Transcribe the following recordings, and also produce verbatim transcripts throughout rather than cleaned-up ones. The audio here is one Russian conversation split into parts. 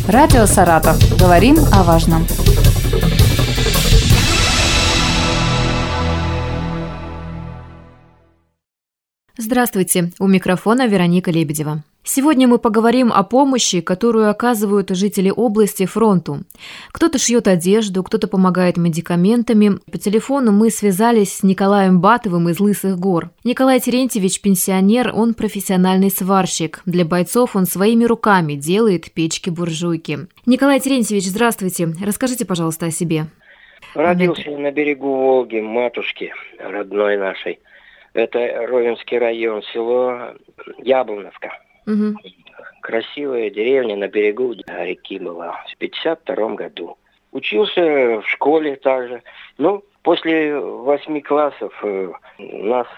Радио «Саратов». Говорим о важном. Здравствуйте, у микрофона Вероника Лебедева. Сегодня мы поговорим о помощи, которую оказывают жители области фронту. Кто-то шьет одежду, кто-то помогает медикаментами. По телефону мы связались с Николаем Батовым из Лысых гор. Николай Терентьевич – пенсионер, он профессиональный сварщик. Для бойцов он своими руками делает печки-буржуйки. Николай Терентьевич, здравствуйте. Расскажите, пожалуйста, о себе. Родился на берегу Волги, матушки родной нашей. Это Ровенский район, село Яблоновка. Угу. Красивая деревня на берегу реки была в пятьдесят втором году. Учился в школе также. Ну, после восьми классов у нас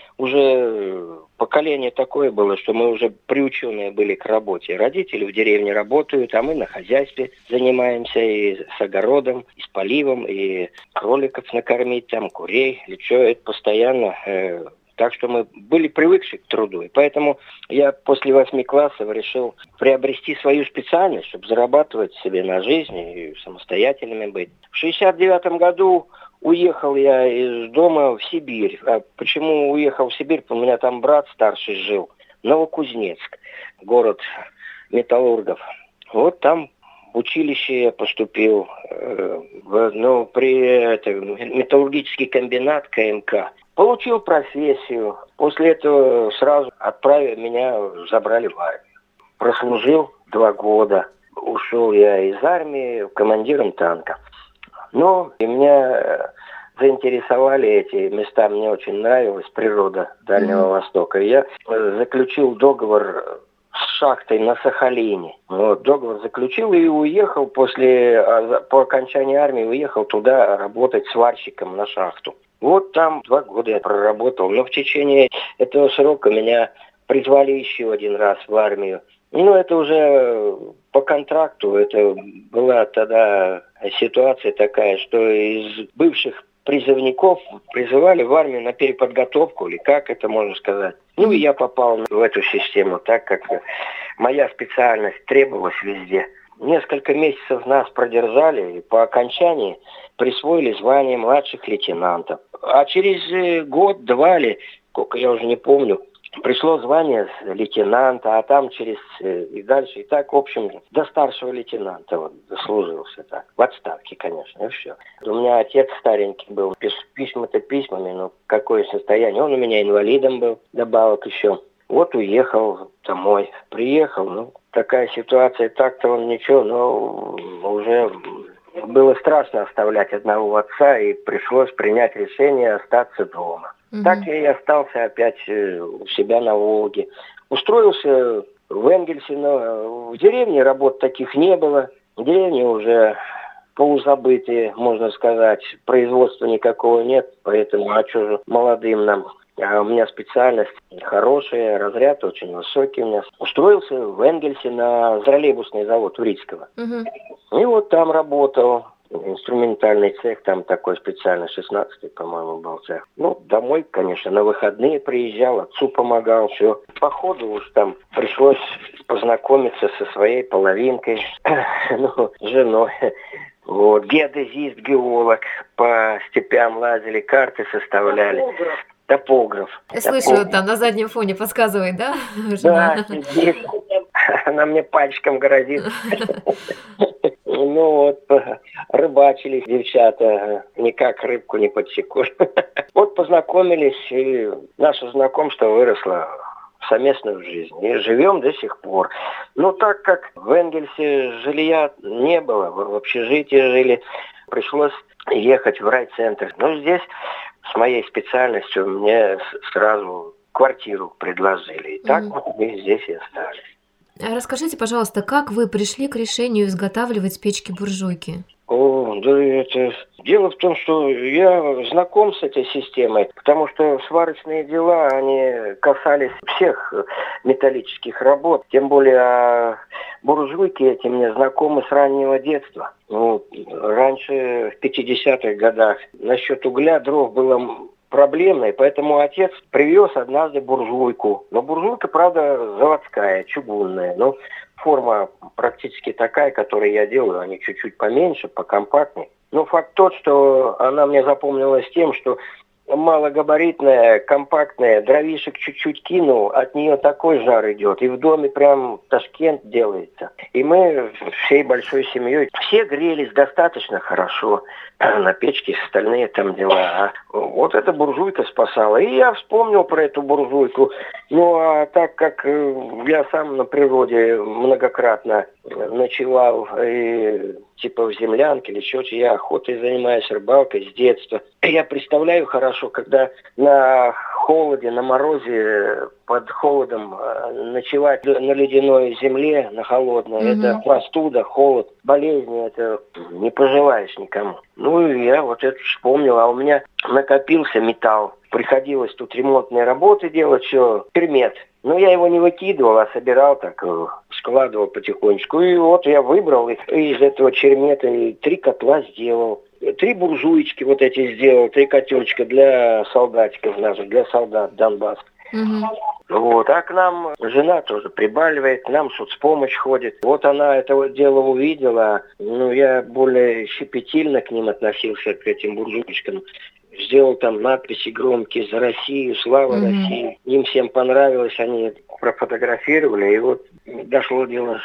уже поколение такое было, что мы уже приученные были к работе. Родители в деревне работают, а мы на хозяйстве занимаемся и с огородом, и с поливом, и кроликов накормить, там, курей, лечо, это постоянно. Э, так что мы были привыкши к труду. И поэтому я после восьми классов решил приобрести свою специальность, чтобы зарабатывать себе на жизнь и самостоятельными быть. В шестьдесят девятом году уехал я из дома в Сибирь. А почему уехал в Сибирь? У меня там брат старший жил. Новокузнецк, город металлургов. Вот там в училище я поступил. Э, в, ну, при это, металлургический комбинат ка эм ка. Получил профессию. После этого сразу отправили, меня забрали в армию. Прослужил два года. Ушел я из армии командиром танка. Но и меня заинтересовали эти места. Мне очень нравилась природа Дальнего mm-hmm. Востока. И я заключил договор с шахтой на Сахалине. Вот, договор заключил и уехал после, по окончании армии, уехал туда работать сварщиком на шахту. Вот там два года я проработал. Но в течение этого срока меня призвали еще один раз в армию. Ну, это уже по контракту. Это была тогда ситуация такая, что из бывших призывников призывали в армию на переподготовку, или как это можно сказать. Ну, и я попал в эту систему, так как моя специальность требовалась везде. Несколько месяцев нас продержали, и по окончании присвоили звание младших лейтенантов. А через год-два, или сколько, я уже не помню, пришло звание лейтенанта, а там через и дальше, и так, в общем, до старшего лейтенанта вот, дослужился так. В отставке, конечно, и все. У меня отец старенький был, письма-то письмами, но какое состояние. Он у меня инвалидом был, добавок еще. Вот уехал домой. Приехал, ну, такая ситуация, так-то он ничего, но уже было страшно оставлять одного отца, и пришлось принять решение остаться дома. Угу. Так я и остался опять у себя на Волге. Устроился в Энгельсе, но в деревне работ таких не было. В деревне уже полузабытые, можно сказать, производства никакого нет, поэтому а что же молодым нам? А у меня специальность хорошая, разряд очень высокий у меня. Устроился в Энгельсе на троллейбусный завод Урицкого. Угу. И вот там работал. Инструментальный цех, там такой специальный, шестнадцатый, по-моему, был цех. Ну, домой, конечно, на выходные приезжал, отцу помогал, все. По ходу уж там пришлось познакомиться со своей половинкой, ну, женой. Вот, геодезист, геолог, по степям лазили, карты составляли. Топограф. Я слышу, Топограф. Там на заднем фоне подсказывает, да? Да, здесь она мне пальчиком грозит. Ну вот, рыбачили девчата, никак рыбку не подсеку. Вот познакомились, и наше знакомство выросло в совместную жизнь. И живем до сих пор. Но так как в Энгельсе жилья не было, в общежитии жили, пришлось ехать в райцентр. Но здесь с моей специальностью мне сразу квартиру предложили. И так mm-hmm. вот мы здесь и остались. Расскажите, пожалуйста, как вы пришли к решению изготавливать печки-буржуйки? О, да это... Дело в том, что я знаком с этой системой, потому что сварочные дела, они касались всех металлических работ. Тем более буржуйки эти мне знакомы с раннего детства. Ну, раньше, в пятидесятых годах, насчет угля, дров было проблемной, поэтому отец привез однажды буржуйку. Но буржуйка, правда, заводская, чугунная. Но форма практически такая, которую я делаю, они чуть-чуть поменьше, покомпактнее. Но факт тот, что она мне запомнилась тем, что малогабаритная, компактная, дровишек чуть-чуть кинул, от нее такой жар идет. И в доме прям Ташкент делается. И мы всей большой семьей, все грелись достаточно хорошо. На печке остальные там дела. А вот эта буржуйка спасала. И я вспомнил про эту буржуйку. Ну, а так как я сам на природе многократно ночевал и типа в землянке или еще, я охотой занимаюсь, рыбалкой с детства. Я представляю хорошо, когда на холоде, на морозе, под холодом ночевать на ледяной земле, на холодной, mm-hmm. это простуда, холод, болезни, это не пожелаешь никому. Ну, и я вот это вспомнил, а у меня накопился металл. Приходилось тут ремонтные работы делать, все, пермет. Но я его не выкидывал, а собирал так, складывал потихонечку. И вот я выбрал и из этого чермета и три котла сделал. Три буржуечки вот эти сделал, три котелочка для солдатиков наших, для солдат Донбасса. Угу. Вот. А к нам жена тоже прибаливает, к нам соцпомощь ходит. Вот она это вот дело увидела. Ну, я более щепетильно к ним относился, к этим буржуечкам. Сделал там надписи громкие «За Россию», «Слава mm-hmm. России». Им всем понравилось, они профотографировали. И вот дошло дело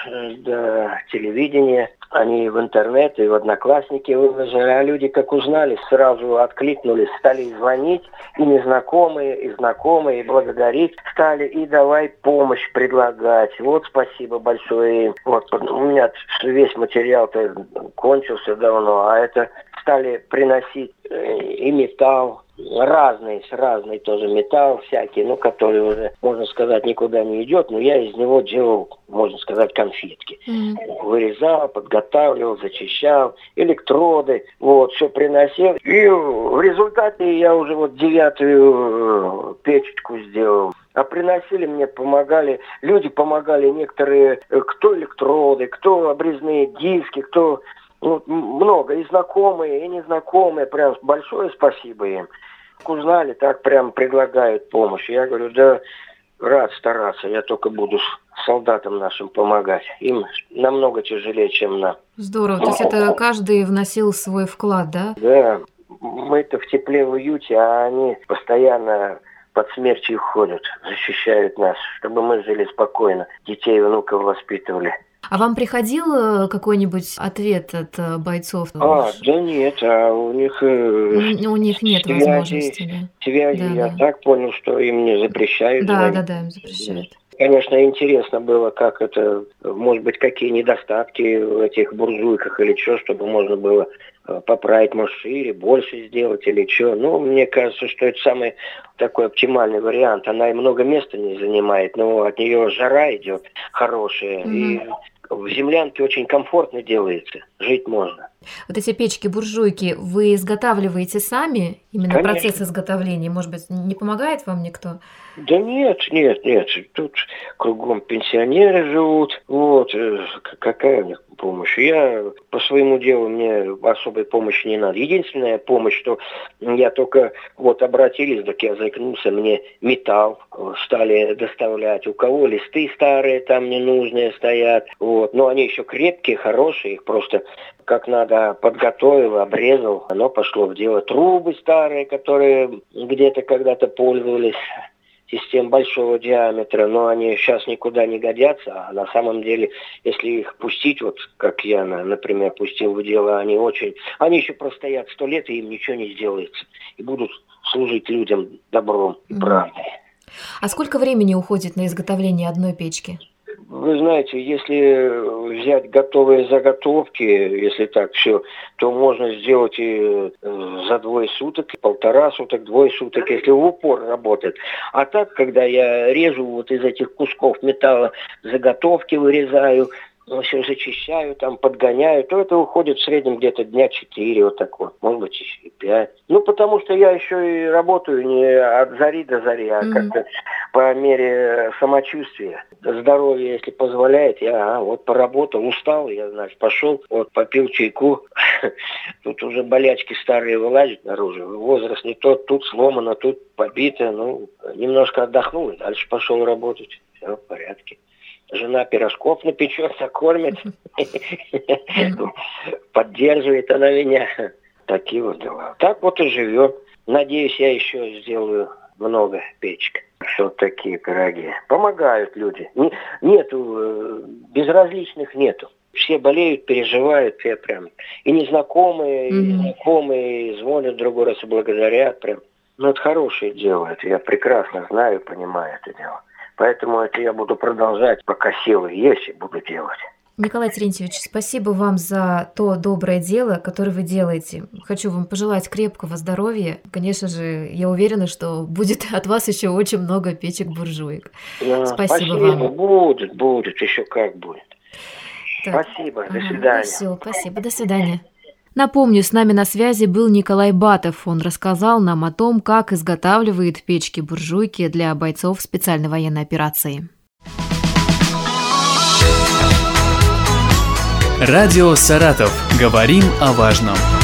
до телевидения. Они в интернет и в Одноклассники выложили. А люди, как узнали, сразу откликнулись, стали звонить. И незнакомые, и знакомые, и благодарить стали. И давай помощь предлагать. Вот спасибо большое. Вот у меня весь материал-то кончился давно, а это стали приносить и металл, разный, разный тоже металл всякий, ну, который уже, можно сказать, никуда не идет, но я из него делал, можно сказать, конфетки. Mm-hmm. Вырезал, подготавливал, зачищал, электроды, вот, все приносил. И в результате я уже вот девятую печечку сделал. А приносили мне, помогали, люди помогали некоторые, кто электроды, кто обрезные диски, кто... Вот, много, и знакомые, и незнакомые, прям большое спасибо им. Узнали, так прям предлагают помощь. Я говорю, да рад стараться, я только буду солдатам нашим помогать. Им намного тяжелее, чем нам. Здорово, то есть это каждый вносил свой вклад, да? Да, мы-то в тепле, в уюте, а они постоянно под смертью ходят, защищают нас, чтобы мы жили спокойно, детей и внуков воспитывали. А вам приходил какой-нибудь ответ от бойцов? А, да нет, а у них... У, у них нет связи, возможности, да? Связи, да, я да. так понял, что им не запрещают. Да, звонить. да, да, им запрещают. Конечно, интересно было, как это, может быть, какие недостатки в этих буржуйках или что, чтобы можно было поправить, может, шире, больше сделать или что. Ну, мне кажется, что это самый такой оптимальный вариант. Она и много места не занимает, но от нее жара идет хорошая. Mm-hmm. И в землянке очень комфортно делается, жить можно. Вот эти печки-буржуйки вы изготавливаете сами? Именно Конечно. Процесс изготовления, может быть, не помогает вам никто? Да нет, нет, нет. Тут кругом пенсионеры живут. Вот, какая у них помощь? Я по своему делу, мне особой помощи не надо. Единственная помощь, что я только вот обратились, так я заикнулся, мне металл стали доставлять. У кого листы старые там ненужные стоят. Вот. Но они еще крепкие, хорошие, их просто как надо подготовил, обрезал, оно пошло в дело. Трубы старые, которые где-то когда-то пользовались, систем большого диаметра, но они сейчас никуда не годятся, а на самом деле, если их пустить, вот как я, например, пустил в дело, они очень, они еще простоят сто лет, и им ничего не сделается, и будут служить людям добром и правдой. А сколько времени уходит на изготовление одной печки? Вы знаете, если взять готовые заготовки, если так все, то можно сделать и за двое суток, и полтора суток, двое суток, если в упор работает. А так, когда я режу вот из этих кусков металла, заготовки вырезаю, все зачищаю, там подгоняю, то это уходит в среднем где-то дня четыре, вот так вот, может быть, еще и пять. Ну, потому что я еще и работаю не от зари до зари, а mm-hmm. как-то по мере самочувствия. Здоровье, если позволяет, я а, вот поработал, устал, я, значит, пошел, вот попил чайку. Тут уже болячки старые вылазят наружу. Возраст не тот, тут сломано, тут побито. Ну, немножко отдохнул и дальше пошел работать. Все в порядке. Жена пирожков напечет, кормит. Поддерживает она меня. Такие вот дела. Так вот и живем. Надеюсь, я еще сделаю много печек. Вот такие пироги. Помогают люди. Нету, безразличных нету. Все болеют, переживают, все прям. И незнакомые, mm-hmm. и знакомые, и звонят другой раз и благодарят прям. Ну, это хорошее дело. Это я прекрасно знаю и понимаю это дело. Поэтому это я буду продолжать, пока силы есть, и буду делать. Николай Терентьевич, спасибо вам за то доброе дело, которое вы делаете. Хочу вам пожелать крепкого здоровья. Конечно же, я уверена, что будет от вас еще очень много печек-буржуек. Да, спасибо, спасибо вам. Будет, будет, еще как будет. Так. Спасибо, до свидания. Ну, все, спасибо, до свидания. Напомню, с нами на связи был Николай Батов. Он рассказал нам о том, как изготавливает печки-буржуйки для бойцов специальной военной операции. Радио «Саратов». Говорим о важном.